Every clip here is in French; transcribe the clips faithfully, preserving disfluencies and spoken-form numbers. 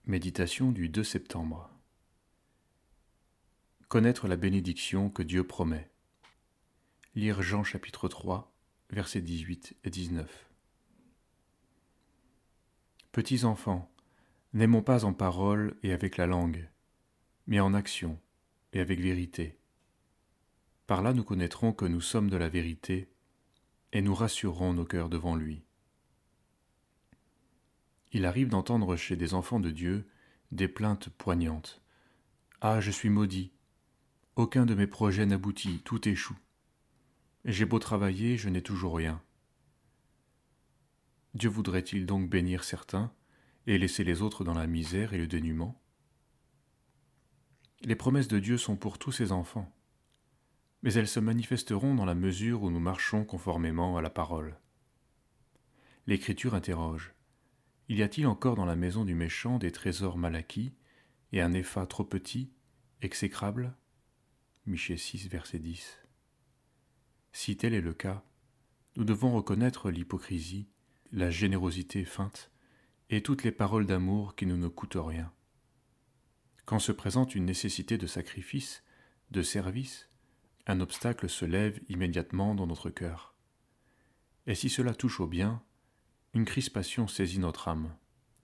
Méditation du deux septembre. Connaître la bénédiction que Dieu promet. Lire Jean chapitre trois, versets dix-huit et dix-neuf. Petits enfants, n'aimons pas en parole et avec la langue, mais en action et avec vérité. Par là nous connaîtrons que nous sommes de la vérité et nous rassurerons nos cœurs devant lui. Il arrive d'entendre chez des enfants de Dieu des plaintes poignantes. « Ah, je suis maudit, aucun de mes projets n'aboutit, tout échoue. J'ai beau travailler, je n'ai toujours rien. » Dieu voudrait-il donc bénir certains et laisser les autres dans la misère et le dénuement? Les promesses de Dieu sont pour tous ses enfants, mais elles se manifesteront dans la mesure où nous marchons conformément à la parole. L'Écriture interroge. Y a-t-il encore dans la maison du méchant des trésors mal acquis et un épha trop petit, exécrable? Michée six, verset dix. Si tel est le cas, nous devons reconnaître l'hypocrisie, la générosité feinte et toutes les paroles d'amour qui ne nous coûtent rien. Quand se présente une nécessité de sacrifice, de service, un obstacle se lève immédiatement dans notre cœur. Et si cela touche au bien, une crispation saisit notre âme.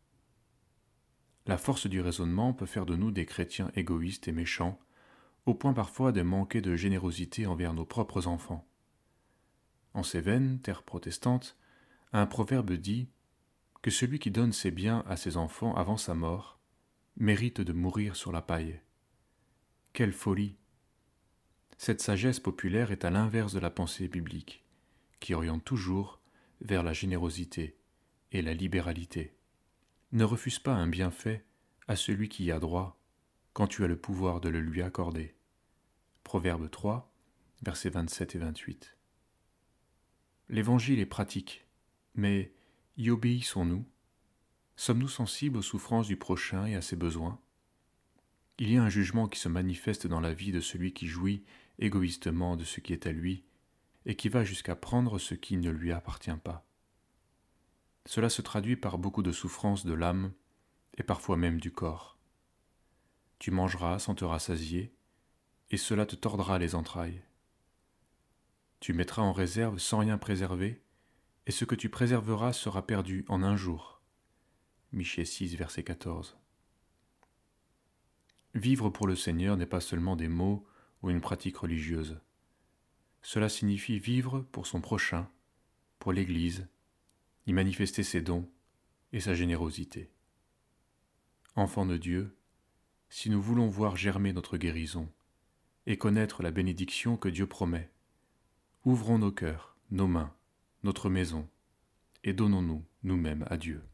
La force du raisonnement peut faire de nous des chrétiens égoïstes et méchants, au point parfois de manquer de générosité envers nos propres enfants. En Cévennes, terre protestante, un proverbe dit que celui qui donne ses biens à ses enfants avant sa mort mérite de mourir sur la paille. Quelle folie! Cette sagesse populaire est à l'inverse de la pensée biblique, qui oriente toujours vers la générosité et la libéralité. Ne refuse pas un bienfait à celui qui y a droit, quand tu as le pouvoir de le lui accorder. Proverbe trois, versets vingt-sept et vingt-huit. L'Évangile est pratique, mais y obéissons-nous? Sommes-nous sensibles aux souffrances du prochain et à ses besoins? Il y a un jugement qui se manifeste dans la vie de celui qui jouit égoïstement de ce qui est à lui et qui va jusqu'à prendre ce qui ne lui appartient pas. Cela se traduit par beaucoup de souffrances de l'âme et parfois même du corps. Tu mangeras sans te rassasier, et cela te tordra les entrailles. Tu mettras en réserve sans rien préserver, et ce que tu préserveras sera perdu en un jour. Michée six, verset quatorze. Vivre pour le Seigneur n'est pas seulement des mots ou une pratique religieuse. Cela signifie vivre pour son prochain, pour l'Église, y manifester ses dons et sa générosité. Enfants de Dieu, si nous voulons voir germer notre guérison et connaître la bénédiction que Dieu promet, ouvrons nos cœurs, nos mains, notre maison, et donnons-nous nous-mêmes à Dieu.